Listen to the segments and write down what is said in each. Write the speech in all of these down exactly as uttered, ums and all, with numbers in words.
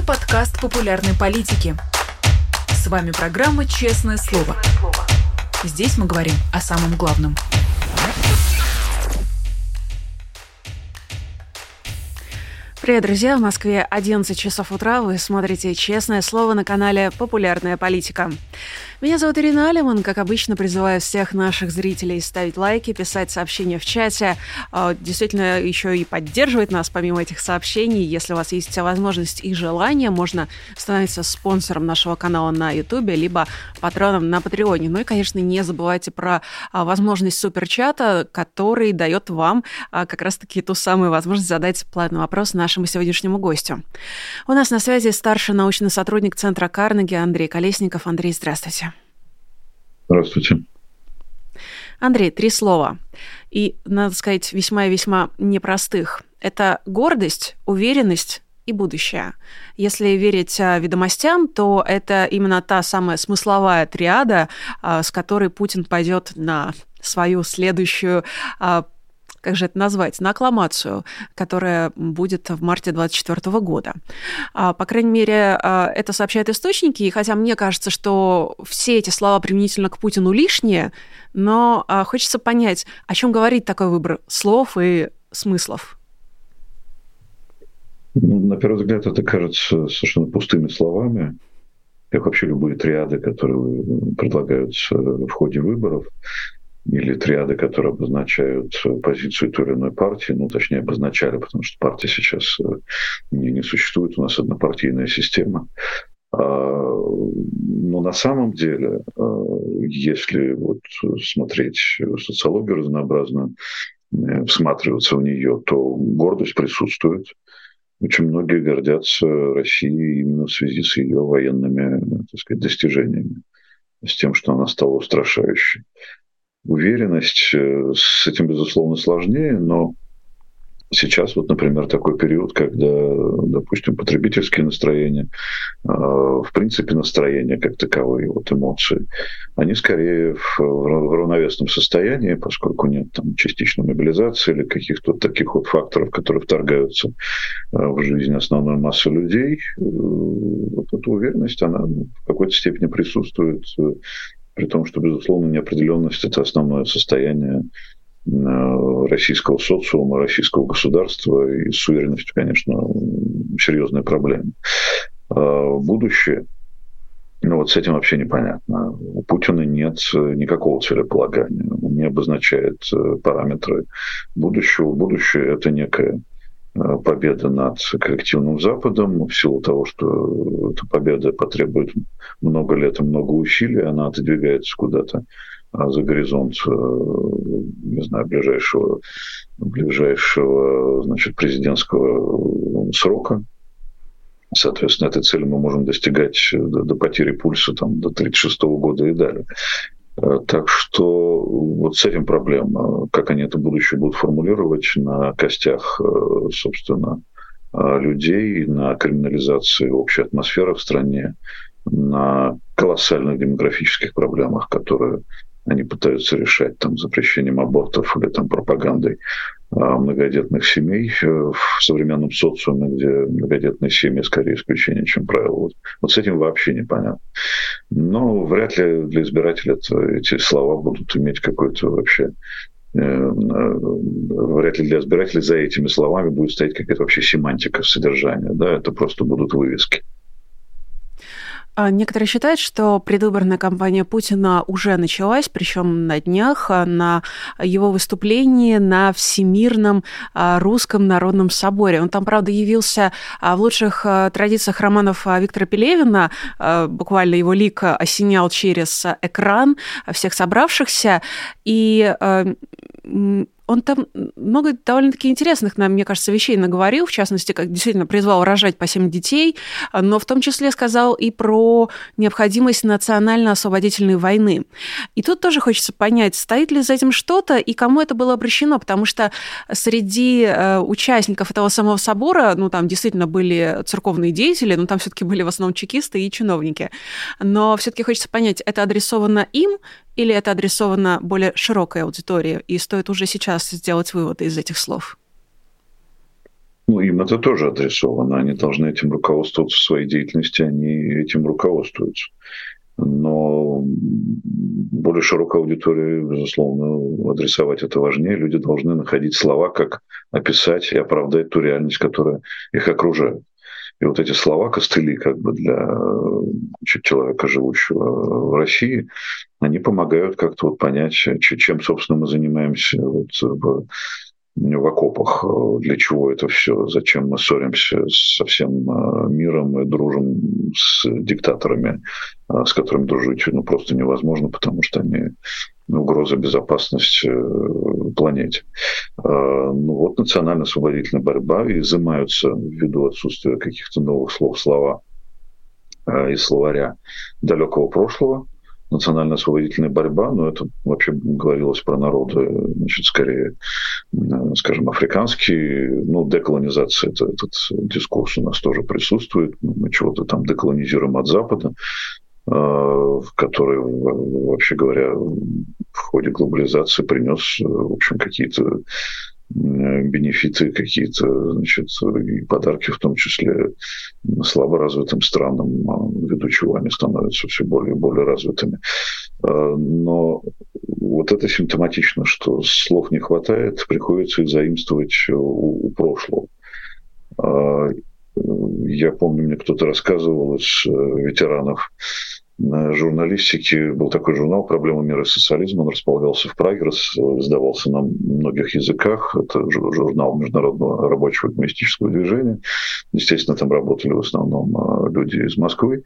подкаст популярной политики. С вами программа «Честное слово». Здесь мы говорим о самом главном. Привет, друзья! В Москве одиннадцать часов утра. Вы смотрите «Честное слово» на канале «Популярная политика». Меня зовут Ирина Алиман. Как обычно, призываю всех наших зрителей ставить лайки, писать сообщения в чате. Действительно, еще и поддерживать нас помимо этих сообщений. Если у вас есть возможность и желание, можно становиться спонсором нашего канала на Ютубе, либо патроном на Патреоне. Ну и, конечно, не забывайте про возможность суперчата, который дает вам как раз-таки ту самую возможность задать платный вопрос нашему сегодняшнему гостю. У нас на связи старший научный сотрудник Центра Карнеги Андрей Колесников. Андрей, здравствуйте. Здравствуйте. Андрей, три слова. И, надо сказать, весьма и весьма непростых. Это гордость, уверенность и будущее. Если верить «Ведомостям», то это именно та самая смысловая триада, с которой Путин пойдет на свою следующую, как же это назвать, на аккламацию, которая будет в марте двадцать четвёртого года. По крайней мере, это сообщают источники, и хотя мне кажется, что все эти слова применительно к Путину лишние, но хочется понять, о чем говорит такой выбор слов и смыслов. На первый взгляд, это кажется совершенно пустыми словами, как вообще любые триады, которые предлагаются в ходе выборов, или триады, которые обозначают позицию той или иной партии, ну, точнее, обозначали, потому что партии сейчас не, не существует, у нас однопартийная система. Но на самом деле, если вот смотреть социологию разнообразную, всматриваться в нее, то гордость присутствует. Очень многие гордятся Россией именно в связи с ее военными, так сказать, достижениями, с тем, что она стала устрашающей. Уверенность с этим, безусловно, сложнее, но сейчас, вот, например, такой период, когда, допустим, потребительские настроения, в принципе, настроения как таковые, вот эмоции, они скорее в равновесном состоянии, поскольку нет там частичной мобилизации или каких-то таких вот факторов, которые вторгаются в жизнь основной массы людей. Вот эта уверенность, она в какой-то степени присутствует, при том, что, безусловно, неопределенность – это основное состояние российского социума, российского государства, и с уверенностью, конечно, серьезная проблема. Будущее, ну вот с этим вообще непонятно. У Путина нет никакого целеполагания, он не обозначает параметры будущего. Будущее – это некая победа над коллективным Западом. В силу того, что эта победа потребует много лет и много усилий, она отодвигается куда-то за горизонт, не знаю, ближайшего, ближайшего, значит, президентского срока. Соответственно, этой цели мы можем достигать до, до потери пульса там, до тридцать шестого года и далее. Так что вот с этим проблема. Как они это будущее будут формулировать на костях, собственно, людей, на криминализации общей атмосферы в стране, на колоссальных демографических проблемах, которые они пытаются решать там, запрещением абортов или там, пропагандой многодетных семей в современном социуме, где многодетные семьи скорее исключение, чем правило. Вот, вот с этим вообще непонятно. Но вряд ли для избирателя это, эти слова будут иметь какой-то вообще... Э, вряд ли для избирателей за этими словами будет стоять какая-то вообще семантика содержания. Да? Это просто будут вывески. Некоторые считают, что предвыборная кампания Путина уже началась, причем на днях, на его выступлении на Всемирном русском народном соборе. Он там, правда, явился в лучших традициях романов Виктора Пелевина, буквально его лик осенял через экран всех собравшихся, и он там много довольно-таки интересных, нам, мне кажется, вещей наговорил, в частности, как действительно призвал рожать по семь детей, но в том числе сказал и про необходимость национально-освободительной войны. И тут тоже хочется понять, стоит ли за этим что-то и кому это было обращено, потому что среди участников этого самого собора, ну, там действительно были церковные деятели, но там все-таки были в основном чекисты и чиновники. Но все-таки хочется понять, это адресовано им или это адресовано более широкой аудитории, и стоит уже сейчас сделать выводы из этих слов? Ну, им им это тоже адресовано. Они должны этим руководствоваться в своей деятельности, они этим руководствуются. Но более широкой аудитории, безусловно, адресовать это важнее. Люди должны находить слова, как описать и оправдать ту реальность, которая их окружает. И вот эти слова, костыли как бы для человека, живущего в России, они помогают как-то вот понять, чем, собственно, мы занимаемся вот в, в окопах, для чего это все, зачем мы ссоримся со всем миром и дружим с диктаторами, с которыми дружить ну, просто невозможно, потому что они угроза безопасности планете. Ну вот национально-освободительная борьба, и изымаются ввиду отсутствия каких-то новых слов слова из словаря далекого прошлого. Национально-освободительная борьба, но это вообще говорилось про народы, значит, скорее, скажем, африканские, ну, деколонизация, это, этот дискурс у нас тоже присутствует, мы чего-то там деколонизируем от Запада, который, вообще говоря, в ходе глобализации принес, в общем, какие-то бенефиты, какие-то, значит, и подарки, в том числе слабо развитым странам, ввиду чего они становятся все более и более развитыми. Но вот это симптоматично, что слов не хватает, приходится их заимствовать у, у прошлого. Я помню, мне кто-то рассказывал из ветеранов журналистики, был такой журнал «Проблемы мира и социализма», он располагался в Праге, издавался на многих языках, это журнал Международного рабочего коммунистического движения, естественно, там работали в основном люди из Москвы,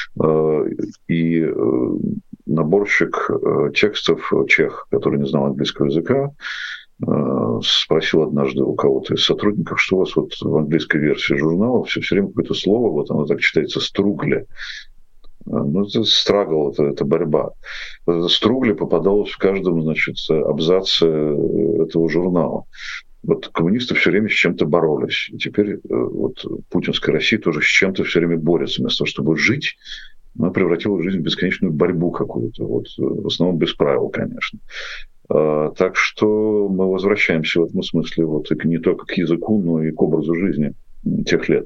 и наборщик текстов, чех, который не знал английского языка, спросил однажды у кого-то из сотрудников, что у вас вот в английской версии журнала все, все время какое-то слово, вот оно так читается «стругле». Ну, это страгл, это, это борьба. Это стругли попадалось в каждом, значит, абзаце этого журнала. Вот коммунисты все время с чем-то боролись. И теперь вот путинская Россия тоже с чем-то все время борется. Вместо того, чтобы жить, она превратила жизнь в бесконечную борьбу какую-то. Вот, в основном без правил, конечно. Так что мы возвращаемся в этом смысле вот, не только к языку, но и к образу жизни тех лет.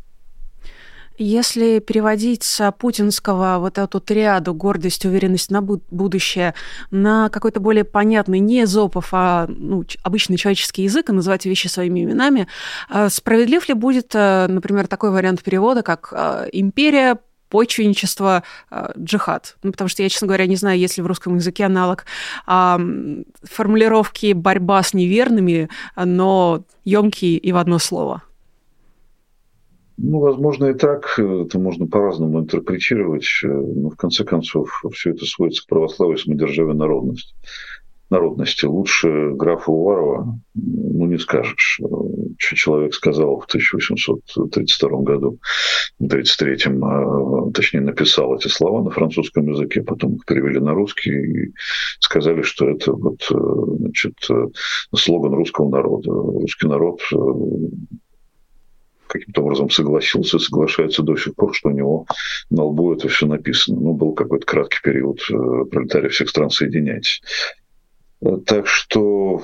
Если переводить с путинского вот эту триаду гордость, уверенность на будущее на какой-то более понятный, не эзопов, а ну, обычный человеческий язык, и называть вещи своими именами, справедлив ли будет, например, такой вариант перевода, как «империя», почвенничество, джихад. Ну, потому что я, честно говоря, не знаю, есть ли в русском языке аналог а, формулировки «борьба с неверными», но ёмкие и в одно слово. Ну, возможно, и так. Это можно по-разному интерпретировать. Но, в конце концов, все это сводится к православию, самодержавию, народности. народности. Лучше графа Уварова, ну, не скажешь. Что человек сказал в тысяча восемьсот тридцать втором году, в тридцать третьем, точнее, написал эти слова на французском языке, потом их перевели на русский и сказали, что это вот, значит, слоган русского народа. Русский народ каким-то образом согласился, соглашается до сих пор, что у него на лбу это все написано. Ну, был какой-то краткий период «Пролетарии всех стран, соединяйтесь». Так что,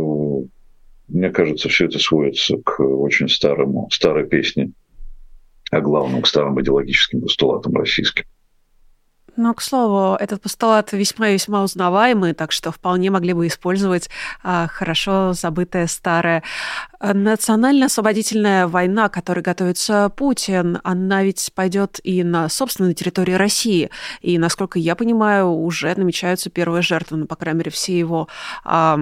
мне кажется, все это сводится к очень старому, старой песне, а главное, к старым идеологическим постулатам российским. Но, к слову, этот постулат весьма-весьма узнаваемый, так что вполне могли бы использовать а, хорошо забытое старое. Национально-освободительная война, к которой готовится Путин, она ведь пойдет и на собственной территории России. И, насколько я понимаю, уже намечаются первые жертвы, ну, по крайней мере, все его... А,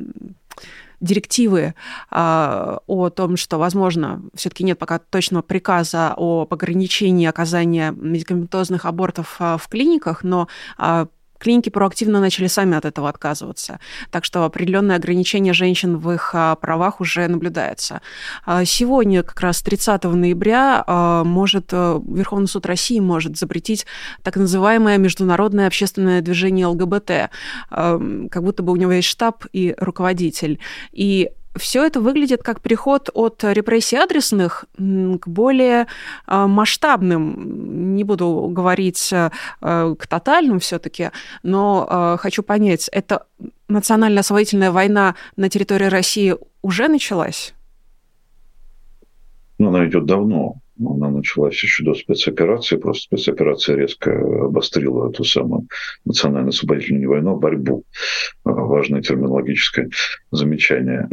директивы а, о том, что, возможно, все-таки нет пока точного приказа об ограничении оказания медикаментозных абортов а, в клиниках, но а, клиники проактивно начали сами от этого отказываться. Так что определенное ограничение женщин в их а, правах уже наблюдается. А, сегодня, как раз тридцатого ноября, а, может, Верховный суд России может запретить так называемое международное общественное движение ЛГБТ. А, как будто бы у него есть штаб и руководитель. И все это выглядит как переход от репрессий адресных к более масштабным, не буду говорить к тотальным все-таки, но хочу понять, это национально-освободительная война на территории России уже началась? Ну, она идет давно. Она началась еще до спецоперации. Просто спецоперация резко обострила эту самую национально-освободительную войну, борьбу. Важное терминологическое замечание.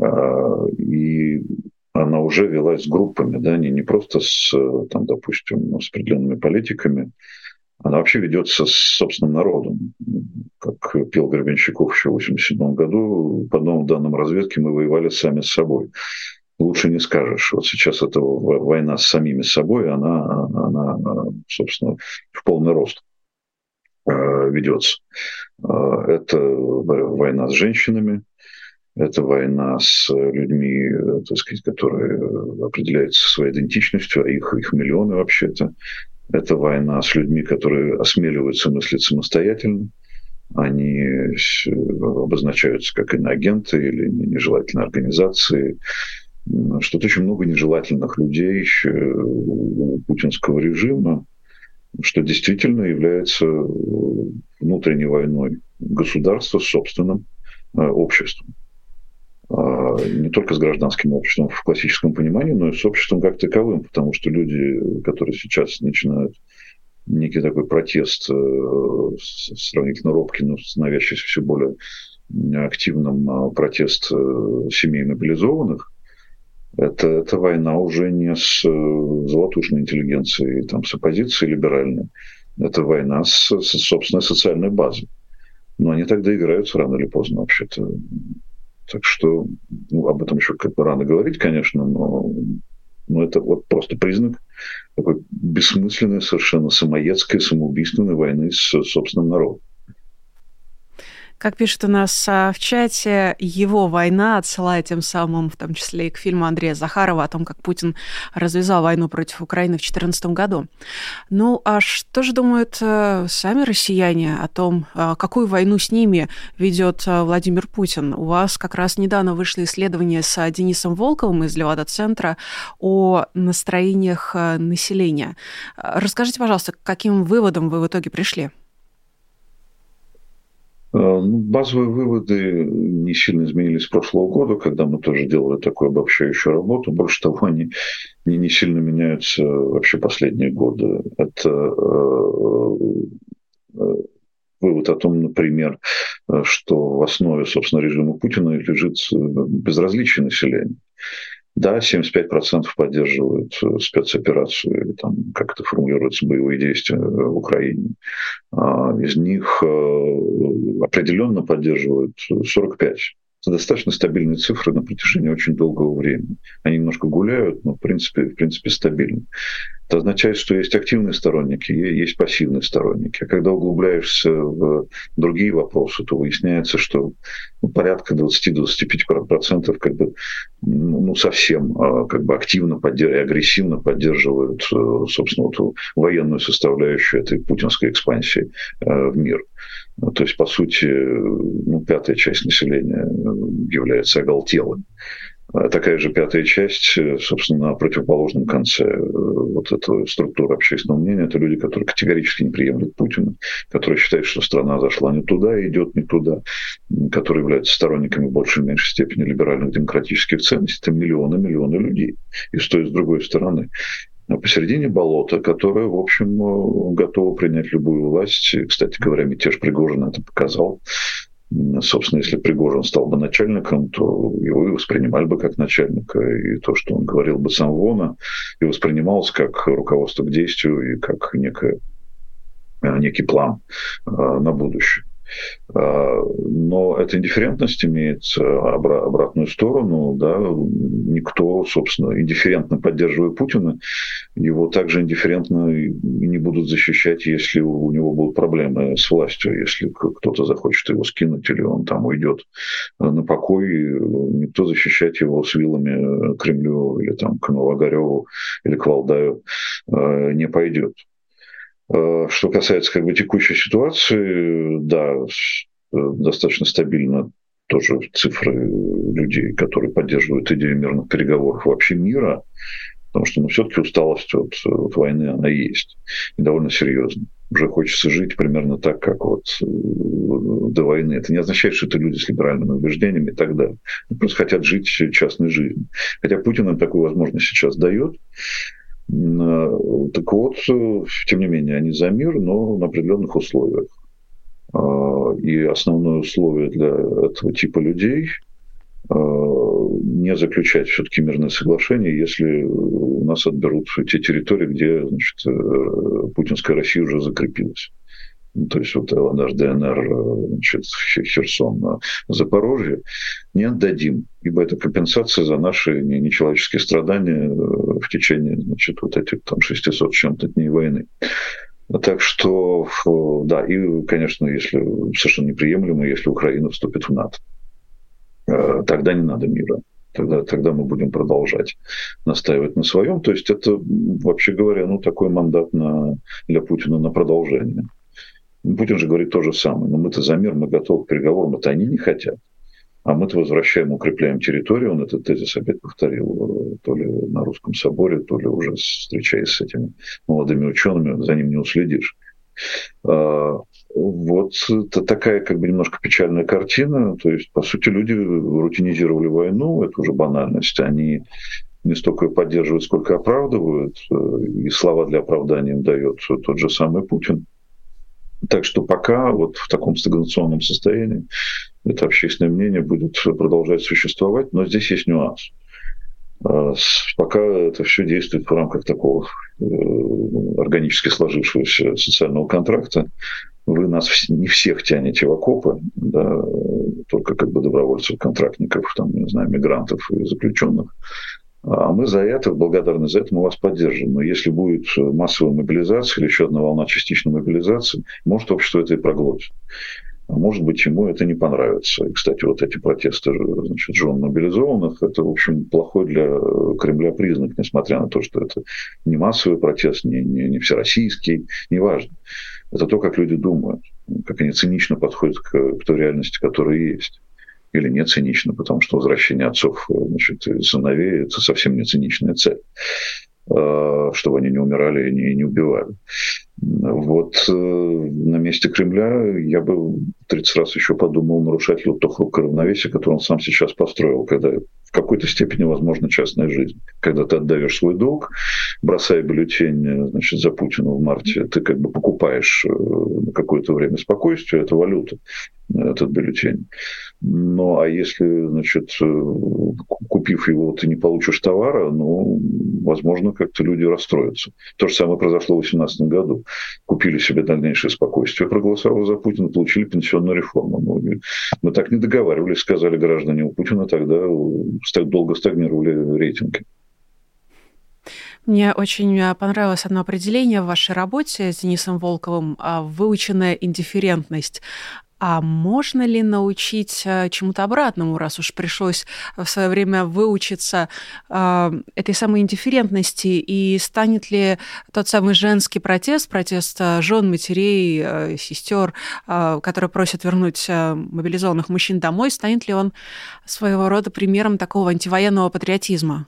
И она уже велась с группами, да, не, не просто с, там, допустим, с определенными политиками. Она вообще ведется с собственным народом. Как пел Гребенщиков еще в восемьдесят седьмом году, по новым данным разведки мы воевали сами с собой. Лучше не скажешь. Вот сейчас эта война с самими собой, она, она собственно, в полный рост ведется. Это война с женщинами, это война с людьми, так сказать, которые определяются своей идентичностью, а их, их миллионы вообще-то. Это война с людьми, которые осмеливаются мыслить самостоятельно. Они обозначаются как иноагенты или нежелательные организации. Что-то очень много нежелательных людей у путинского режима, что действительно является внутренней войной государства с собственным обществом. Не только с гражданским обществом в классическом понимании, но и с обществом как таковым, потому что люди, которые сейчас начинают некий такой протест сравнительно робкий, но становящийся все более активным, протест семей мобилизованных, это, это война уже не с золотушной интеллигенцией, там, с оппозицией либеральной, это война с, с собственной социальной базой. Но они тогда играются рано или поздно вообще-то. Так что ну, об этом еще как бы рано говорить, конечно, но, но это вот просто признак такой бессмысленной, совершенно самоедской, самоубийственной войны с собственным народом. Как пишет у нас в чате, его война, отсылая тем самым, в том числе и к фильму Андрея Захарова о том, как Путин развязал войну против Украины в две тысячи четырнадцатом году. Ну, а что же думают сами россияне о том, какую войну с ними ведет Владимир Путин? У вас как раз недавно вышло исследование с Денисом Волковым из Левада-центра о настроениях населения. Расскажите, пожалуйста, к каким выводам вы в итоге пришли? Базовые выводы не сильно изменились с прошлого года, когда мы тоже делали такую обобщающую работу. Больше того, они не, не сильно меняются вообще последние годы. Это э, вывод о том, например, что в основе, собственно, режима Путина лежит безразличие населения. Да, семьдесят пять процентов поддерживают спецоперацию, или там, как это формулируется, боевые действия в Украине. Из них определенно поддерживают сорок пять процентов. Это достаточно стабильные цифры на протяжении очень долгого времени. Они немножко гуляют, но в принципе, в принципе стабильны. Это означает, что есть активные сторонники, есть пассивные сторонники. А когда углубляешься в другие вопросы, то выясняется, что ну, порядка двадцать-двадцать пять процентов как бы, ну, совсем как бы активно и агрессивно поддерживают, собственно, вот, военную составляющую этой путинской экспансии в мир. То есть, по сути, ну, пятая часть населения является оголтелым. Такая же пятая часть, собственно, на противоположном конце вот этой структуры общественного мнения, это люди, которые категорически не приемлют Путина, которые считают, что страна зашла не туда, идет не туда, которые являются сторонниками в большей и меньшей степени либеральных демократических ценностей. Это миллионы, миллионы людей. И с той, и с другой стороны. А посередине болото, которое, в общем, готово принять любую власть. И, кстати говоря, мятеж Пригожина это показал. Собственно, если Пригожин стал бы начальником, то его и воспринимали бы как начальника. И то, что он говорил бы сам вон, и воспринималось как руководство к действию и как некое, некий план на будущее. Но эта индифферентность имеет обратную сторону. Да? Никто, собственно, индифферентно поддерживая Путина, его также индифферентно не будут защищать, если у него будут проблемы с властью. Если кто-то захочет его скинуть или он там уйдет на покой, никто защищать его с вилами к Кремлю или там, к Новоогареву или к Валдаю не пойдет. Что касается как бы текущей ситуации, да, достаточно стабильно тоже цифры людей, которые поддерживают идею мирных переговоров вообще мира, потому что ну, все-таки усталость от, от войны, она есть, и довольно серьезная. Уже хочется жить примерно так, как вот до войны. Это не означает, что это люди с либеральными убеждениями и так далее. Они просто хотят жить частной жизнью. Хотя Путин им такую возможность сейчас дает. Так вот, тем не менее, они за мир, но на определенных условиях. И основное условие для этого типа людей – не заключать все-таки мирное соглашение, если у нас отберут те территории, где, значит, путинская Россия уже закрепилась. То есть вот ЛНР, ДНР, значит, Херсон, Запорожье не отдадим, ибо это компенсация за наши нечеловеческие страдания в течение, значит, вот этих там шестисот с чем-то дней войны. Так что, да, и, конечно, если совершенно неприемлемо, если Украина вступит в НАТО. Тогда не надо мира. Тогда, тогда мы будем продолжать настаивать на своем. То есть это, вообще говоря, ну, такой мандат на, для Путина на продолжение. Путин же говорит то же самое. Но мы-то за мир, мы готовы к переговорам. Это они не хотят. А мы-то возвращаем, укрепляем территорию. Он этот тезис опять повторил то ли на Русском соборе, то ли уже встречаясь с этими молодыми учеными. За ним не уследишь. Вот это такая как бы немножко печальная картина. То есть, по сути, люди рутинизировали войну, это уже банальность. Они не столько поддерживают, сколько оправдывают. И слова для оправдания им дает тот же самый Путин. Так что пока вот в таком стагнационном состоянии это общественное мнение будет продолжать существовать. Но здесь есть нюанс. Пока это все действует в рамках такого органически сложившегося социального контракта, вы нас не всех тянете в окопы, да, только как бы добровольцев, контрактников, там, не знаю, мигрантов и заключенных. А мы за это, благодарны за это, мы вас поддержим. Но если будет массовая мобилизация или еще одна волна частичной мобилизации, может, общество это и проглотит. А может быть, ему это не понравится. И, кстати, вот эти протесты, значит, жен мобилизованных, это, в общем, плохой для Кремля признак, несмотря на то, что это не массовый протест, не, не, не всероссийский, неважно. Это то, как люди думают, как они цинично подходят к, к той реальности, которая есть. Или не цинично, потому что возвращение отцов, значит, и сыновей – это совсем не циничная цель, чтобы они не умирали и не, не убивали. Вот на месте Кремля я бы тридцать раз еще подумал, нарушать ли то хрупкое равновесие, которое он сам сейчас построил, когда в какой-то степени возможна частная жизнь. Когда ты отдаешь свой долг, бросая бюллетень, значит, за Путина в марте, ты как бы покупаешь на какое-то время спокойствие, это валюта, этот бюллетень. Ну, а если, значит, купив его, ты не получишь товара, ну, возможно, как-то люди расстроятся. То же самое произошло в две тысячи восемнадцатом году. Купили себе дальнейшее спокойствие, проголосовав за Путина, получили пенсионную реформу. Ну, мы так не договаривались, сказали граждане. У Путина тогда долго стагнировали рейтинги. Мне очень понравилось одно определение в вашей работе с Денисом Волковым – выученная индифферентность. А можно ли научить чему-то обратному, раз уж пришлось в свое время выучиться э, этой самой индифферентности? И станет ли тот самый женский протест, протест жен, матерей, э, сестер, э, которые просят вернуть мобилизованных мужчин домой, станет ли он своего рода примером такого антивоенного патриотизма?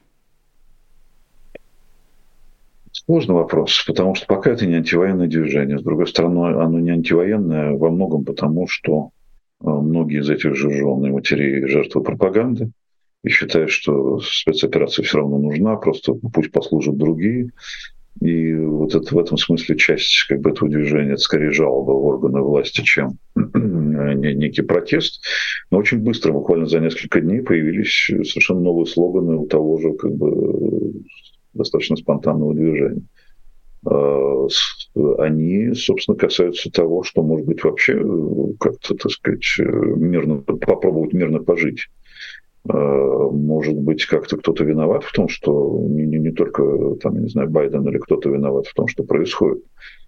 Сложный вопрос, потому что пока это не антивоенное движение. С другой стороны, оно не антивоенное во многом потому, что многие из этих же жен и матерей жертвы пропаганды и считают, что спецоперация все равно нужна, просто пусть послужат другие. И вот это, в этом смысле часть как бы, этого движения, это скорее жалоба в органы власти, чем некий протест. Но очень быстро, буквально за несколько дней, появились совершенно новые слоганы у того же как бы, достаточно спонтанного движения. Они, собственно, касаются того, что, может быть, вообще как-то, так сказать, мирно, попробовать мирно пожить. Может быть, как-то кто-то виноват в том, что не, не, не только, там, я не знаю, Байден или кто-то виноват в том, что происходит.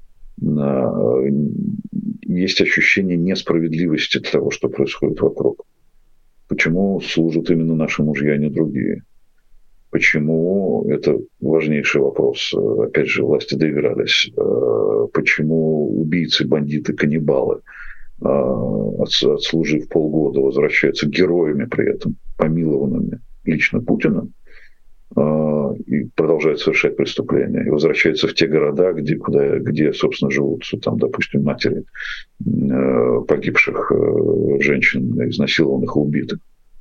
Есть ощущение несправедливости того, что происходит вокруг. Почему служат именно наши мужья, а не другие? Почему, это важнейший вопрос, опять же, власти доигрались, почему убийцы, бандиты, каннибалы, отслужив полгода, возвращаются героями при этом, помилованными лично Путиным, и продолжает совершать преступления, и возвращается в те города, где, куда, где собственно, живут, там, допустим, матери погибших женщин, изнасилованных и убитых.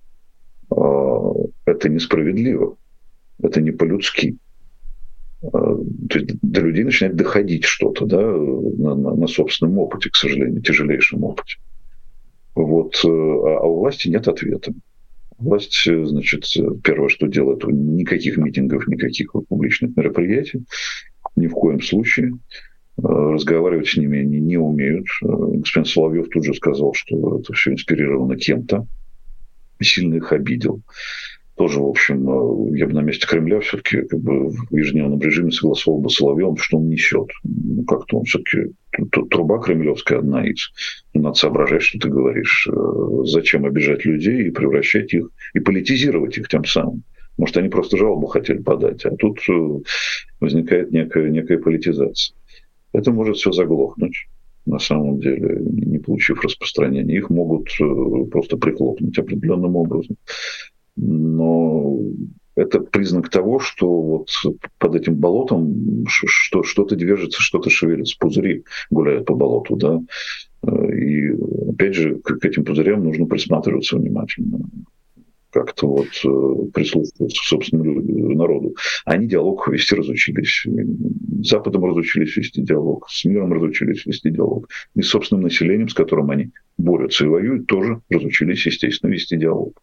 Это несправедливо, это не по-людски. То есть до людей начинает доходить что-то, да, на, на, на собственном опыте, к сожалению, тяжелейшем опыте. Вот. А у власти нет ответа. Власть, значит, первое, что делает, никаких митингов, никаких публичных мероприятий, ни в коем случае. Разговаривать с ними они не умеют. Господин Соловьев тут же сказал, что это все инспирировано кем-то, сильно их обидел. Тоже, в общем, я бы на месте Кремля все-таки как бы в ежедневном режиме согласовал бы с Соловьевым, что он несет. Ну, как-то он все-таки... Труба кремлевская одна из. Надо соображать, что ты говоришь. Зачем обижать людей и превращать их, и политизировать их тем самым. Может, они просто жалобу хотели подать, а тут возникает некая, некая политизация. Это может все заглохнуть, на самом деле, не получив распространения. Их могут просто прихлопнуть определенным образом. Но это признак того, что вот под этим болотом что, что-то движется, что-то шевелится, пузыри гуляют по болоту, да. И опять же к этим пузырям нужно присматриваться внимательно, как-то вот прислушиваться к собственному народу. Они диалог вести разучились. С Западом разучились вести диалог, с миром разучились вести диалог. И с собственным населением, с которым они борются и воюют, тоже разучились, естественно, вести диалог.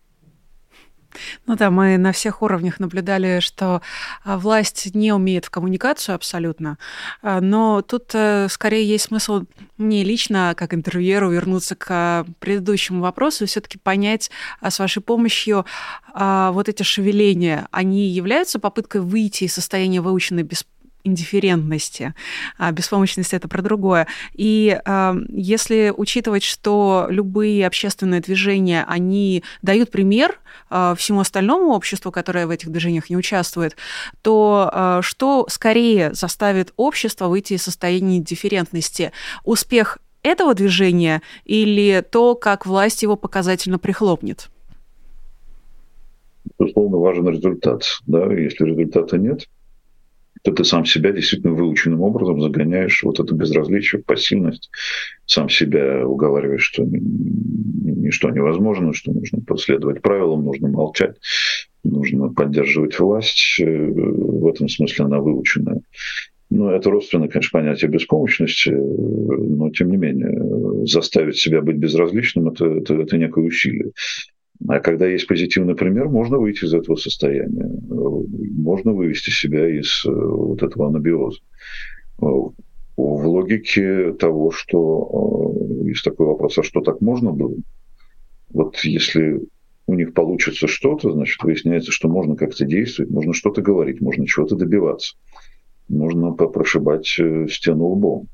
Ну да, мы на всех уровнях наблюдали, что власть не умеет в коммуникацию абсолютно, но тут скорее есть смысл мне лично, как интервьюеру, вернуться к предыдущему вопросу и все-таки понять с вашей помощью вот эти шевеления, они являются попыткой выйти из состояния выученной беспомощности, индифферентности. А беспомощность — это про другое. И э, если учитывать, что любые общественные движения, они дают пример э, всему остальному обществу, которое в этих движениях не участвует, то э, что скорее заставит общество выйти из состояния индифферентности? Успех этого движения или то, как власть его показательно прихлопнет? Безусловно, важен результат. Да? Если результата нет, то ты сам себя действительно выученным образом загоняешь вот это безразличие, пассивность, сам себя уговариваешь, что ничто невозможно, что нужно последовать правилам, нужно молчать, нужно поддерживать власть. В этом смысле она выученная. Ну, это родственное, конечно, понятие беспомощности, но, тем не менее, заставить себя быть безразличным это, – это, это некое усилие. А когда есть позитивный пример, можно выйти из этого состояния, можно вывести себя из вот этого анабиоза. В логике того, что есть такой вопрос, а что так можно было? Вот если у них получится что-то, значит, выясняется, что можно как-то действовать, можно что-то говорить, можно чего-то добиваться. Можно прошибать стену лбом.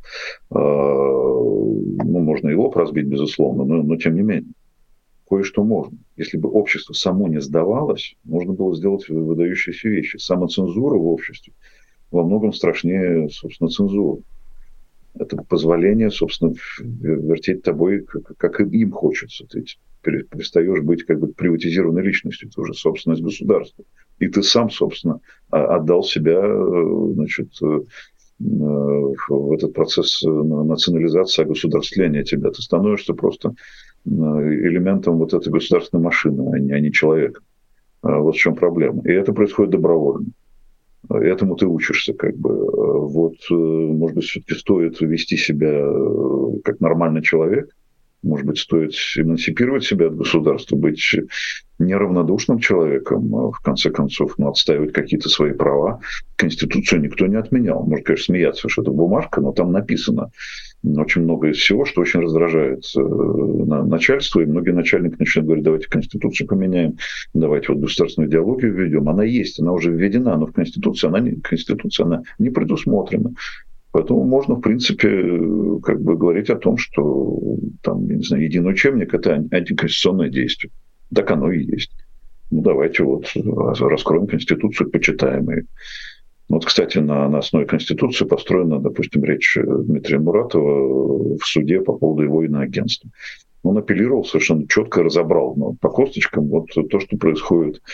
Ну, можно и лоб разбить, безусловно, но, но тем не менее. Кое-что можно. Если бы общество само не сдавалось, можно было сделать выдающиеся вещи. Самоцензура в обществе во многом страшнее, собственно, цензуры. Это позволение, собственно, вертеть тобой, как, как им хочется. Ты перестаешь быть как бы приватизированной личностью. Это уже собственность государства. И ты сам, собственно, отдал себя, значит, в этот процесс национализации, огосударствления тебя. Ты становишься просто элементом вот этой государственной машины, а не, а не человеком. Вот в чем проблема. И это происходит добровольно. Этому ты учишься, как бы. Вот, может быть, все-таки стоит вести себя как нормальный человек. Может быть, стоит эмансипировать себя от государства, быть неравнодушным человеком, в конце концов, ну, отстаивать какие-то свои права. Конституцию никто не отменял. Может, конечно, смеяться, что это бумажка, но там написано очень много из всего, что очень раздражает начальство, и многие начальники начинают говорить: давайте Конституцию поменяем, давайте вот государственную идеологию введем. Она есть, она уже введена, но в Конституции она не, Конституция, она не предусмотрена. Поэтому можно, в принципе, как бы говорить о том, что там, я не знаю, единый учебник – это антиконституционное действие. Так оно и есть. Ну, давайте вот раскроем Конституцию, почитаем ее. Вот, кстати, на, на основе Конституции построена, допустим, речь Дмитрия Муратова в суде по поводу его иноагентства. Он апеллировал, совершенно четко разобрал, но по косточкам вот то, что происходит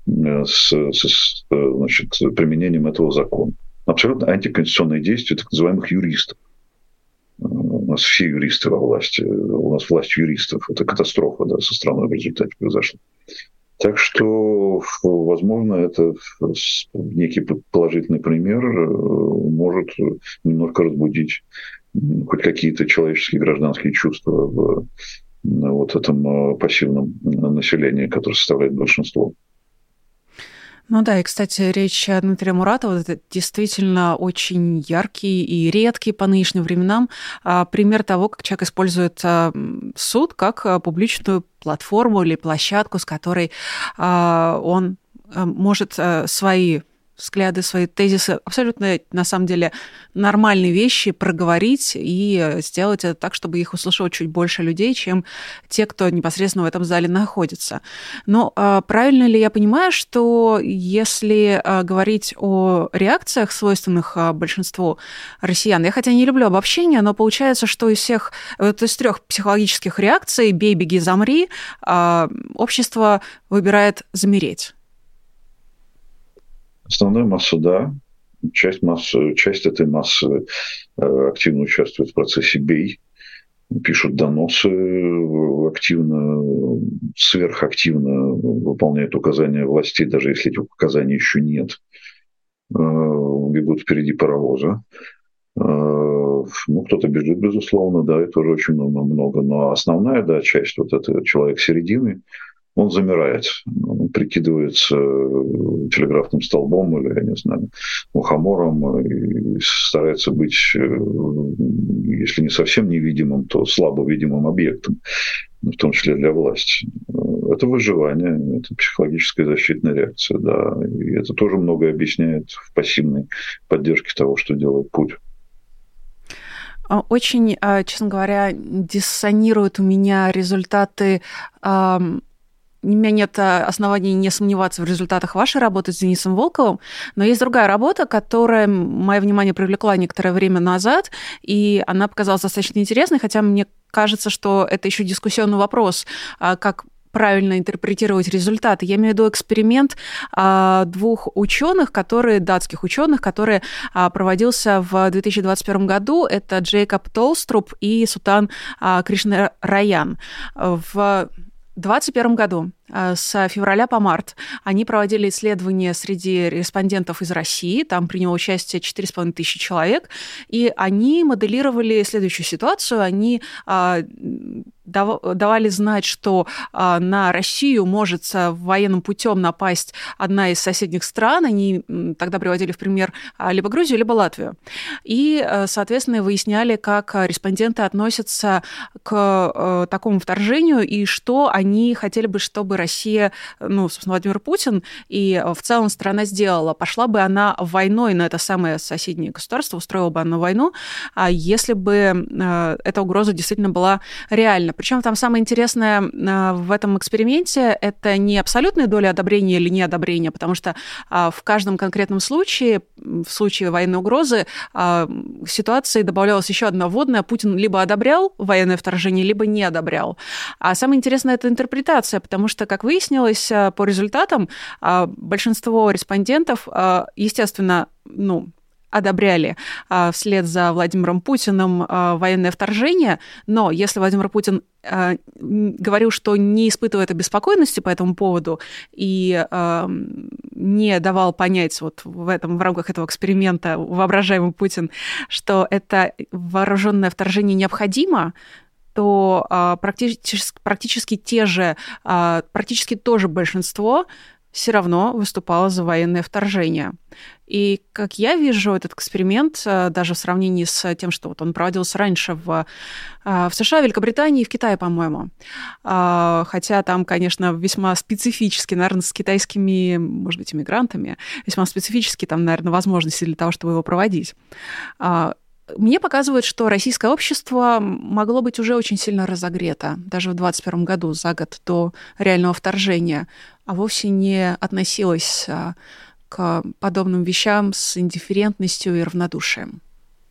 с, с значит, применением этого закона. Абсолютно антиконституционные действия так называемых юристов. У нас все юристы во власти, у нас власть юристов. Это катастрофа, да, со страной в результате произошла. Так что, возможно, это некий положительный пример может немножко разбудить хоть какие-то человеческие гражданские чувства в вот этом пассивном населении, которое составляет большинство. Ну да, и, кстати, речь Дмитрия Муратова – это действительно очень яркий и редкий по нынешним временам пример того, как человек использует суд как публичную платформу или площадку, с которой он может свои взгляды, свои тезисы, абсолютно, на самом деле, нормальные вещи проговорить и сделать это так, чтобы их услышало чуть больше людей, чем те, кто непосредственно в этом зале находится. Но правильно ли я понимаю, что если говорить о реакциях, свойственных большинству россиян, я хотя не люблю обобщения, но получается, что из всех, вот из трех психологических реакций «бей, беги, замри» общество выбирает замереть? Основная масса, да. Часть, массы, часть этой массы активно участвует в процессе «бей», пишут доносы, активно, сверхактивно выполняют указания властей, даже если этих указаний еще нет. Бегут впереди паровоза. Ну, кто-то бежит, безусловно, да, и тоже очень много. Но основная, да, часть, вот это человек середины, он замирает, он прикидывается телеграфным столбом или, я не знаю, мухомором и старается быть, если не совсем невидимым, то слабо видимым объектом, в том числе для власти. Это выживание, это психологическая защитная реакция, да, и это тоже многое объясняет в пассивной поддержке того, что делает Путин. Очень, честно говоря, диссонируют у меня результаты. У меня нет оснований не сомневаться в результатах вашей работы с Денисом Волковым, но есть другая работа, которая мое внимание привлекла некоторое время назад, и она показалась достаточно интересной, хотя мне кажется, что это еще дискуссионный вопрос, как правильно интерпретировать результаты. Я имею в виду эксперимент двух ученых, которые, датских ученых, который проводился в две тысячи двадцать первом году. Это Джейкоб Толструп и Сутан Кришнараян. В В две тысячи двадцать первом году с февраля по март они проводили исследования среди респондентов из России, там приняло участие четыре с половиной тысячи человек, и они моделировали следующую ситуацию. Они давали знать, что на Россию может военным путем напасть одна из соседних стран. Они тогда приводили в пример либо Грузию, либо Латвию. И, соответственно, выясняли, как респонденты относятся к такому вторжению и что они хотели бы, чтобы Россия, ну, собственно, Владимир Путин и в целом страна сделала. Пошла бы она войной на это самое соседнее государство, устроила бы она войну, если бы эта угроза действительно была реальна. Причем там самое интересное в этом эксперименте – это не абсолютная доля одобрения или неодобрения, потому что в каждом конкретном случае, в случае военной угрозы, в ситуации добавлялась еще одна вводная. Путин либо одобрял военное вторжение, либо не одобрял. А самое интересное – это интерпретация, потому что, как выяснилось по результатам, большинство респондентов, естественно, ну, одобряли а, вслед за Владимиром Путиным а, военное вторжение, но если Владимир Путин а, говорил, что не испытывает обеспокоенности по этому поводу и а, не давал понять вот в, этом, в рамках этого эксперимента воображаемый Путин, что это вооруженное вторжение необходимо, то а, практически, практически те же, а, практически тоже большинство все равно выступало за военное вторжение. И, как я вижу, этот эксперимент, даже в сравнении с тем, что вот он проводился раньше в, в США, Великобритании и в Китае, по-моему. Хотя там, конечно, весьма специфически, наверное, с китайскими, может быть, иммигрантами, весьма специфически там, наверное, возможности для того, чтобы его проводить. Мне показывает, что российское общество могло быть уже очень сильно разогрето, даже в двадцать первом году, за год до реального вторжения, а вовсе не относилось к подобным вещам с индифферентностью и равнодушием.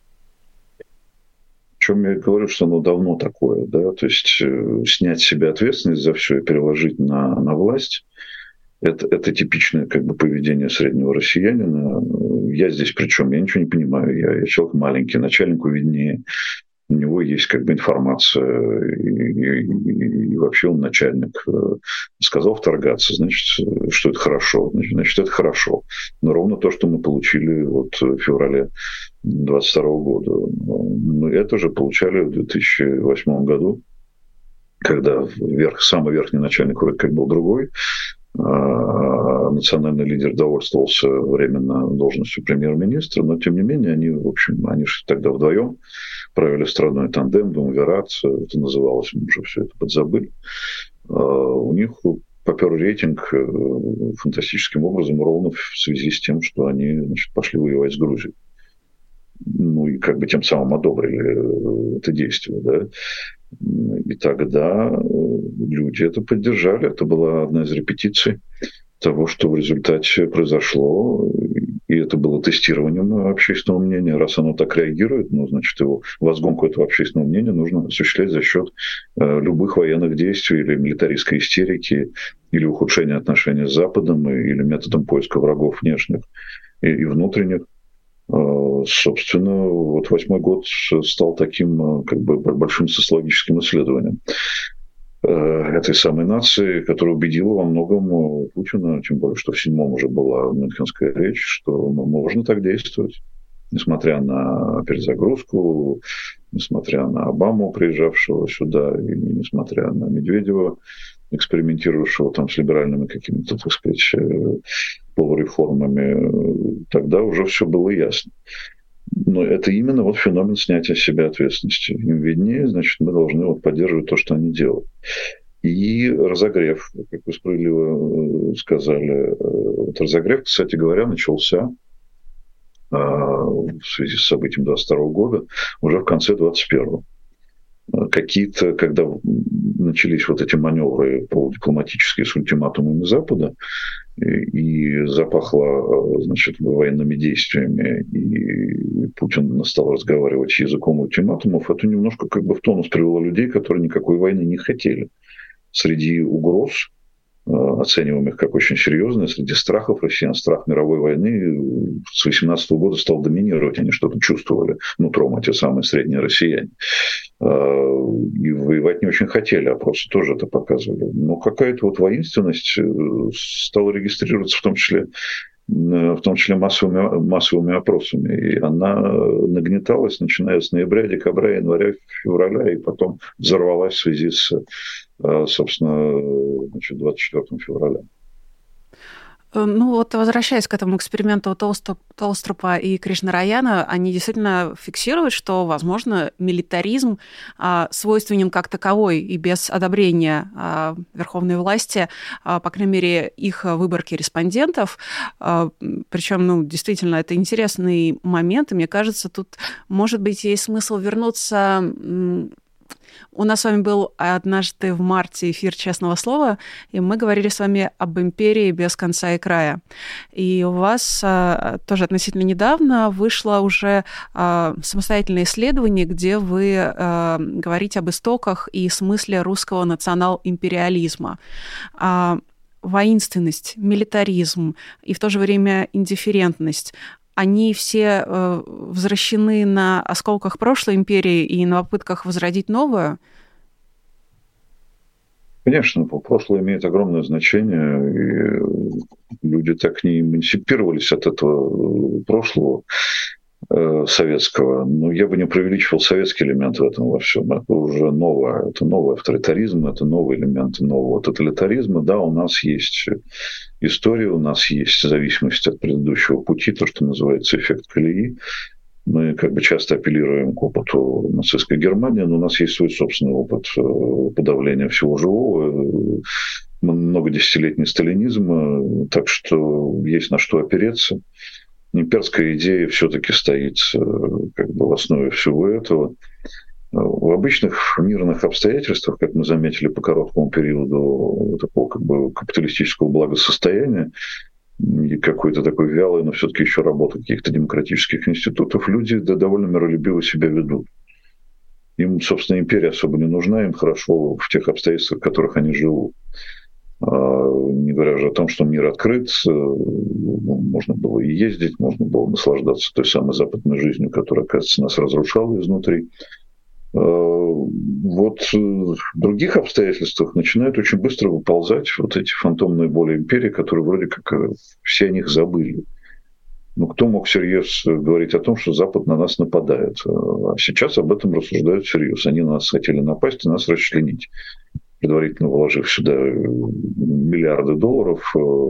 В чем я говорю, что оно давно такое, да, то есть снять с себя ответственность за все и переложить на, на власть, Это, это типичное как бы, поведение среднего россиянина. Я здесь причем, я ничего не понимаю. Я, я человек маленький, начальнику виднее. У него есть как бы информация, и, и, и вообще он начальник. Сказал вторгаться, значит, что это хорошо. Значит, значит, это хорошо. Но ровно то, что мы получили вот в феврале двадцать второго года. Мы это же получали в две тысячи восьмом году, когда верх, самый верхний начальник вроде как был другой, а национальный лидер довольствовался временно должностью премьер-министра, но тем не менее они, в общем, они же тогда вдвоем правили страной тандем, думвират, это называлось, мы уже все это подзабыли. У них попер рейтинг фантастическим образом ровно в связи с тем, что они, значит, пошли воевать с Грузией. Ну и как бы тем самым одобрили это действие, да. И тогда люди это поддержали. Это была одна из репетиций того, что в результате произошло. И это было тестированием общественного мнения. Раз оно так реагирует, ну, значит, его возгонку этого общественного мнения нужно осуществлять за счет э, любых военных действий или милитаристской истерики, или ухудшения отношений с Западом, или методом поиска врагов внешних и, и внутренних. Собственно, вот восьмой год стал таким как бы большим социологическим исследованием этой самой нации, которая убедила во многом Путина, тем более, что в седьмом уже была мюнхенская речь, что можно так действовать, несмотря на перезагрузку, несмотря на Обаму, приезжавшего сюда, и несмотря на Медведева, экспериментировавшего там с либеральными какими-то, так сказать, полуреформами, тогда уже все было ясно. Но это именно вот феномен снятия с себя ответственности. Им виднее, значит, мы должны вот поддерживать то, что они делают. И разогрев, как вы справедливо сказали, вот разогрев, кстати говоря, начался в связи с событием двадцать второго года уже в конце двадцать первого. Какие-то, когда начались вот эти маневры полудипломатические с ультиматумами Запада, и запахло, значит, военными действиями, и Путин стал разговаривать языком ультиматумов, это немножко как бы в тонус привело людей, которые никакой войны не хотели. Среди угроз, оцениваемых как очень серьезные, среди страхов россиян, страх мировой войны с восемнадцатого года стал доминировать, они что-то чувствовали нутром, эти самые средние россияне. И воевать не очень хотели, опросы тоже это показывали. Но какая-то вот воинственность стала регистрироваться в том числе в том числе массовыми, массовыми опросами. И она нагнеталась, начиная с ноября, декабря, января, февраля, и потом взорвалась в связи с, собственно, значит, двадцать четвёртого февраля. Ну вот, возвращаясь к этому эксперименту Толструпа и Кришнараяна, они действительно фиксируют, что, возможно, милитаризм а, свойственен как таковой и без одобрения а, верховной власти, а, по крайней мере, их выборки респондентов. А, причем, ну, действительно, это интересный момент, и мне кажется, тут, может быть, есть смысл вернуться... У нас с вами был однажды в марте эфир «Честного слова», и мы говорили с вами об империи без конца и края. И у вас а, тоже относительно недавно вышло уже а, самостоятельное исследование, где вы а, говорите об истоках и смысле русского национал-империализма. А, воинственность, милитаризм и в то же время индифферентность – они все э, возвращены на осколках прошлой империи и на попытках возродить новую? Конечно, прошлое имеет огромное значение, и люди так не эмансипировались от этого прошлого э, советского. Но я бы не преувеличивал советский элемент в этом во всем. Это уже новое, это новый авторитаризм, это новый элемент нового тоталитаризма. Да, у нас есть история, у нас есть зависимость от предыдущего пути, то, что называется эффект колеи. Мы как бы часто апеллируем к опыту нацистской Германии, но у нас есть свой собственный опыт подавления всего живого, многодесятилетний сталинизм, так что есть на что опереться. Имперская идея все-таки стоит как бы в основе всего этого. В обычных мирных обстоятельствах, как мы заметили по короткому периоду такого как бы капиталистического благосостояния и какой-то такой вялой, но все-таки еще работы каких-то демократических институтов, люди да, довольно миролюбиво себя ведут. Им, собственно, империя особо не нужна, им хорошо в тех обстоятельствах, в которых они живут. Не говоря уже о том, что мир открыт, можно было и ездить, можно было наслаждаться той самой западной жизнью, которая, кажется, нас разрушала изнутри. Вот в других обстоятельствах начинают очень быстро выползать вот эти фантомные боли империи, которые вроде как все о них забыли. Ну, кто мог всерьез говорить о том, что Запад на нас нападает? А сейчас об этом рассуждают всерьез. Они на нас хотели напасть и нас расчленить, предварительно вложив сюда миллиарды долларов,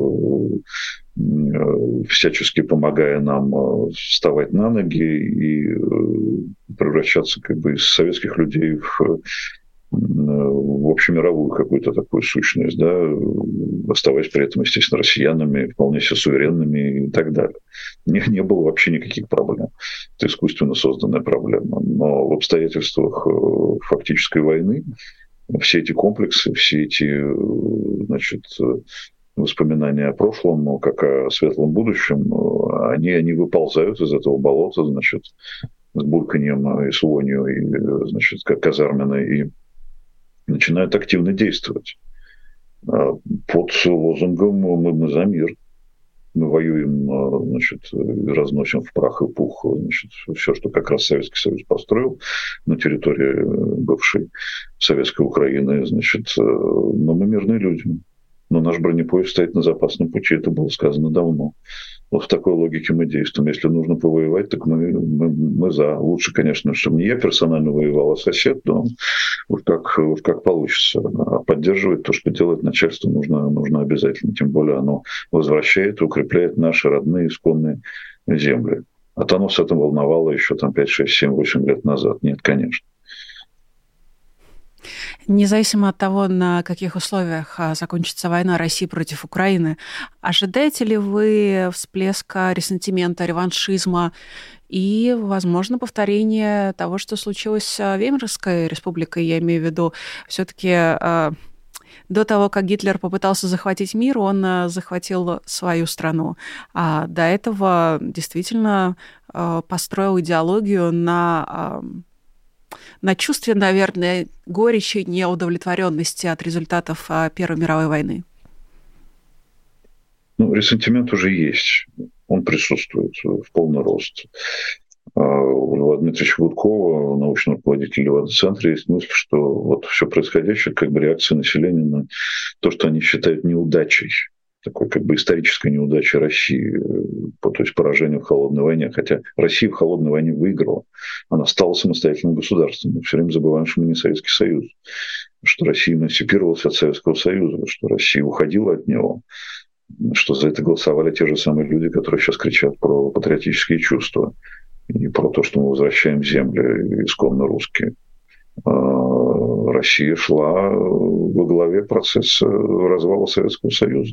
всячески помогая нам вставать на ноги и превращаться как бы из советских людей в, в общемировую какую-то такую сущность, да, оставаясь при этом, естественно, россиянами, вполне себе суверенными и так далее. Не, не было вообще никаких проблем. Это искусственно созданная проблема. Но в обстоятельствах фактической войны все эти комплексы, все эти, значит, воспоминания о прошлом, как о светлом будущем, они, они выползают из этого болота, значит, с бульканьем и с вонью, и, значит, как казарменной, и начинают активно действовать. Под лозунгом «Мы, мы за мир». Мы воюем, значит, разносим в прах и пух, значит, все, что как раз Советский Союз построил на территории бывшей советской Украины, значит, но мы мирные люди. Но наш бронепоезд стоит на запасном пути, это было сказано давно. Вот в такой логике мы действуем. Если нужно повоевать, так мы, мы, мы за. Лучше, конечно, чтобы не я персонально воевал, а сосед, но вот как, вот как получится. А поддерживать то, что делает начальство, нужно, нужно обязательно. Тем более оно возвращает и укрепляет наши родные исконные земли. А то оно с этим волновало еще там пять, шесть, семь, восемь лет назад. Нет, конечно. Независимо от того, на каких условиях закончится война России против Украины, ожидаете ли вы всплеска ресентимента, реваншизма и, возможно, повторения того, что случилось с Веймарской республикой? Я имею в виду, все-таки до того, как Гитлер попытался захватить мир, он захватил свою страну. А до этого действительно построил идеологию на... на чувстве, наверное, горечи, неудовлетворенности от результатов Первой мировой войны? Ну, ресентимент уже есть. Он присутствует в полный рост. У Льва Дмитриевича Гудкова, научного руководителя Левада-центра, есть мысль, что вот все происходящее как бы реакция населения на то, что они считают неудачей, такой как бы исторической неудачей России, то есть поражение в холодной войне. Хотя Россия в холодной войне выиграла. Она стала самостоятельным государством. Мы все время забываем, что мы не Советский Союз, что Россия эмансипировалась от Советского Союза, что Россия уходила от него, что за это голосовали те же самые люди, которые сейчас кричат про патриотические чувства и про то, что мы возвращаем земли исконно русские. Россия шла во главе процесса развала Советского Союза.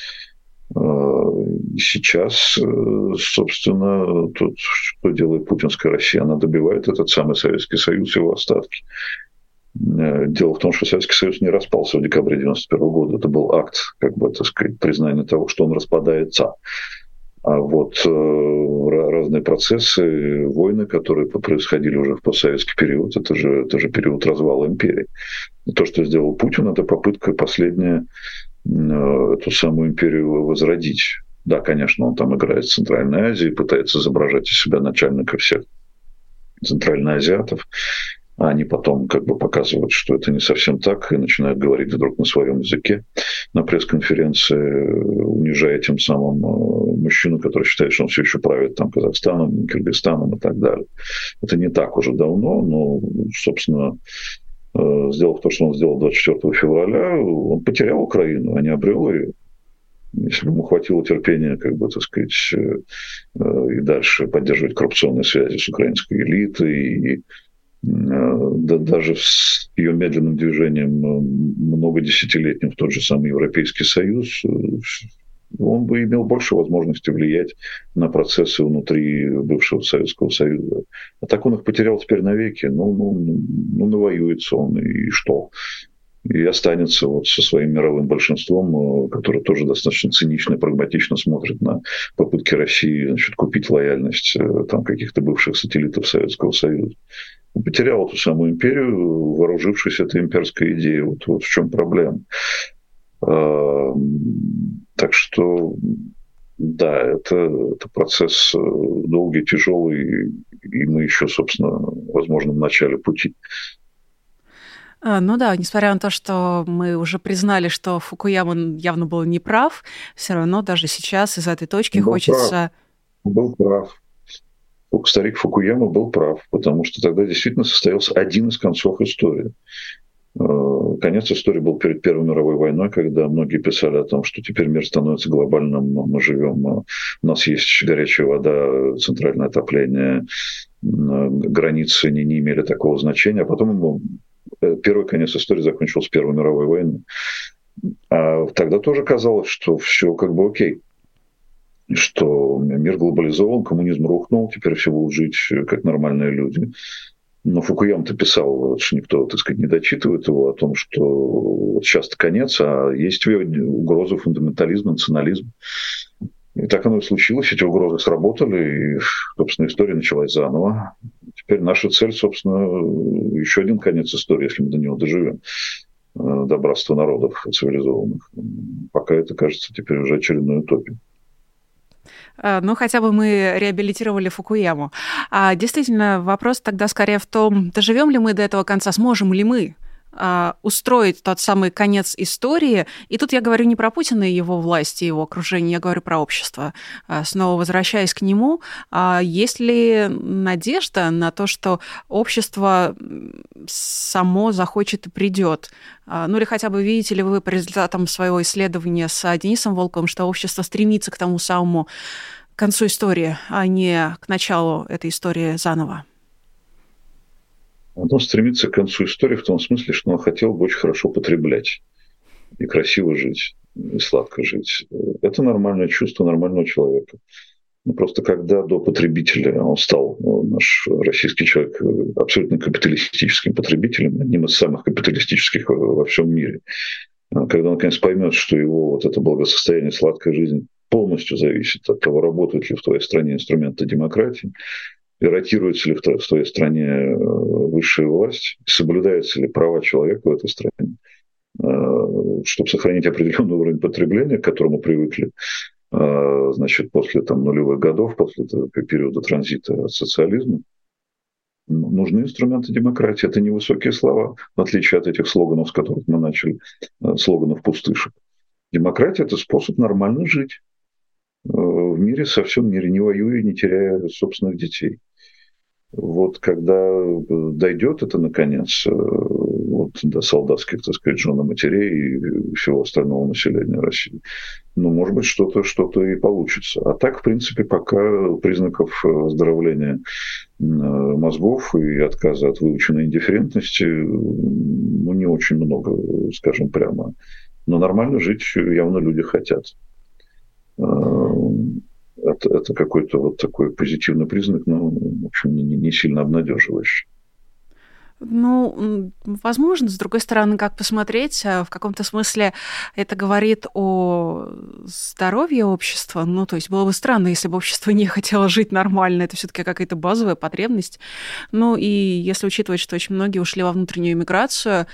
И сейчас, собственно, тут, что делает путинская Россия? Она добивает этот самый Советский Союз, его остатки. Дело в том, что Советский Союз не распался в декабре девяносто первого года. Это был акт, как бы, так сказать, признания того, что он распадается. А вот э, разные процессы, войны, которые происходили уже в постсоветский период, это же, это же период развала империи. И то, что сделал Путин, это попытка последняя э, эту самую империю возродить. Да, конечно, он там играет в Центральной Азии, пытается изображать из себя начальника всех центральноазиатов, а они потом как бы показывают, что это не совсем так, и начинают говорить вдруг на своем языке на пресс-конференции, унижая тем самым мужчину, который считает, что он все еще правит там Казахстаном, Кыргызстаном и так далее. Это не так уже давно, но, собственно, сделав то, что он сделал двадцать четвёртого февраля, он потерял Украину, а не обрел ее. Если бы ему хватило терпения, как бы, так сказать, и дальше поддерживать коррупционные связи с украинской элитой, и да, даже с ее медленным движением многодесятилетним в тот же самый Европейский Союз, он бы имел больше возможности влиять на процессы внутри бывшего Советского Союза. А так он их потерял теперь навеки. Ну, ну, ну навоюется он, и что? И останется вот со своим мировым большинством, которое тоже достаточно цинично и прагматично смотрит на попытки России, значит, купить лояльность там, каких-то бывших сателлитов Советского Союза. Он потерял эту самую империю, вооружившись этой имперской идеей. Вот, вот в чем проблема. Так что, да, это, это процесс долгий, тяжелый, и мы еще, собственно, возможно, в начале пути. Ну да, несмотря на то, что мы уже признали, что Фукуяма явно был неправ, все равно даже сейчас из этой точки был хочется... Прав. Был прав. Старик Фукуяма был прав, потому что тогда действительно состоялся один из концов истории. Конец истории был перед Первой мировой войной, когда многие писали о том, что теперь мир становится глобальным, мы живем, у нас есть горячая вода, центральное отопление, границы не, не имели такого значения. А потом первый конец истории закончился Первой мировой войной. А тогда тоже казалось, что все как бы окей, что мир глобализован, коммунизм рухнул, теперь все будут жить как нормальные люди. Но Фукуяма-то писал, что никто, так сказать, не дочитывает его, о том, что вот сейчас-то конец, а есть угрозы фундаментализма, национализма. И так оно и случилось, эти угрозы сработали, и, собственно, история началась заново. Теперь наша цель, собственно, еще один конец истории, если мы до него доживем, до братства народов цивилизованных. Пока это кажется теперь уже очередной утопией. Ну, хотя бы мы реабилитировали Фукуяму. А действительно, вопрос тогда скорее в том, доживем ли мы до этого конца, сможем ли мы а, устроить тот самый конец истории. И тут я говорю не про Путина и его власть, и его окружение, я говорю про общество. А, снова возвращаясь к нему, а, есть ли надежда на то, что общество само захочет и придет? А, ну или хотя бы видите ли вы по результатам своего исследования с Денисом Волковым, что общество стремится к тому самому концу истории, а не к началу этой истории заново? Оно стремится к концу истории в том смысле, что оно хотело бы очень хорошо потреблять и красиво жить, и сладко жить. Это нормальное чувство нормального человека. Но просто когда до потребителя он стал, наш российский человек, абсолютно капиталистическим потребителем, одним из самых капиталистических во всем мире, когда он, наконец, поймет, что его вот это благосостояние, сладкая жизнь полностью зависит от того, работают ли в твоей стране инструменты демократии, и ротируется ли в твоей стране высшая власть, соблюдаются ли права человека в этой стране, чтобы сохранить определенный уровень потребления, к которому привыкли, значит, после там, нулевых годов, после периода транзита от социализма, нужны инструменты демократии. Это невысокие слова, в отличие от этих слоганов, с которых мы начали, слоганов пустышек. Демократия – это способ нормально жить в мире, со всем мире, не воюя, не теряя собственных детей. Вот когда дойдет это, наконец, вот, до солдатских, так сказать, жен и матерей и всего остального населения России, ну, может быть, что-то, что-то и получится. А так, в принципе, пока признаков выздоровления мозгов и отказа от выученной индифферентности, ну, не очень много, скажем прямо. Но нормально жить явно люди хотят. Это, это какой-то вот такой позитивный признак, но, в общем, не, не сильно обнадеживающий. Ну, возможно, с другой стороны, как посмотреть, в каком-то смысле это говорит о здоровье общества. Ну, то есть было бы странно, если бы общество не хотело жить нормально. Это все-таки какая-то базовая потребность. Ну, и если учитывать, что очень многие ушли во внутреннюю эмиграцию,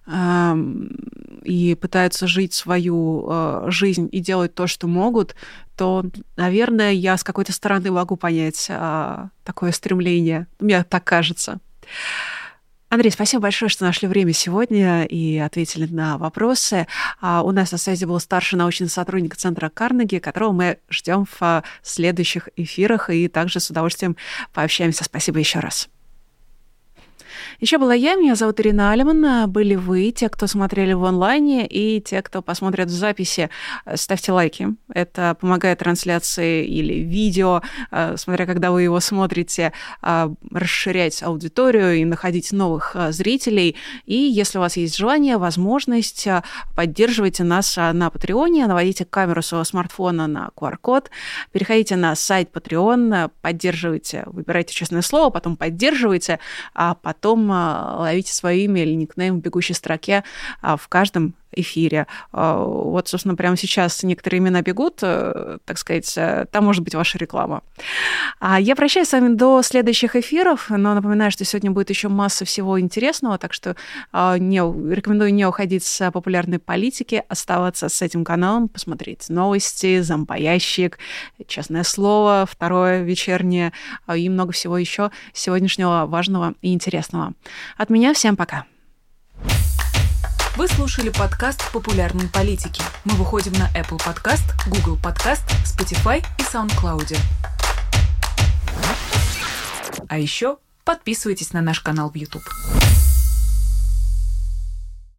и пытаются жить свою жизнь и делать то, что могут, то, наверное, я с какой-то стороны могу понять такое стремление. Мне так кажется. Андрей, спасибо большое, что нашли время сегодня и ответили на вопросы. У нас на связи был старший научный сотрудник Центра Карнеги, которого мы ждем в следующих эфирах и также с удовольствием пообщаемся. Спасибо еще раз. Еще была я, меня зовут Ирина Алиман. Были вы, те, кто смотрели в онлайне, и те, кто посмотрят в записи. Ставьте лайки. Это помогает трансляции или видео, смотря когда вы его смотрите, расширять аудиторию и находить новых зрителей. И если у вас есть желание, возможность, поддерживайте нас на Патреоне, наводите камеру своего смартфона на ку ар-код, переходите на сайт Patreon, поддерживайте, выбирайте честное слово, потом поддерживайте, а потом ловите свое имя или никнейм в бегущей строке в каждом эфире. Вот, собственно, прямо сейчас некоторые имена бегут, так сказать, там может быть ваша реклама. Я прощаюсь с вами до следующих эфиров, но напоминаю, что сегодня будет еще масса всего интересного, так что не, рекомендую не уходить с популярной политики, оставаться с этим каналом, посмотреть новости, зомбоящик, честное слово, второе вечернее и много всего еще сегодняшнего важного и интересного. От меня всем пока. Вы слушали подкаст «Популярные политики». Мы выходим на Apple Podcast, Google Podcast, Spotify и SoundCloud. А еще подписывайтесь на наш канал в YouTube.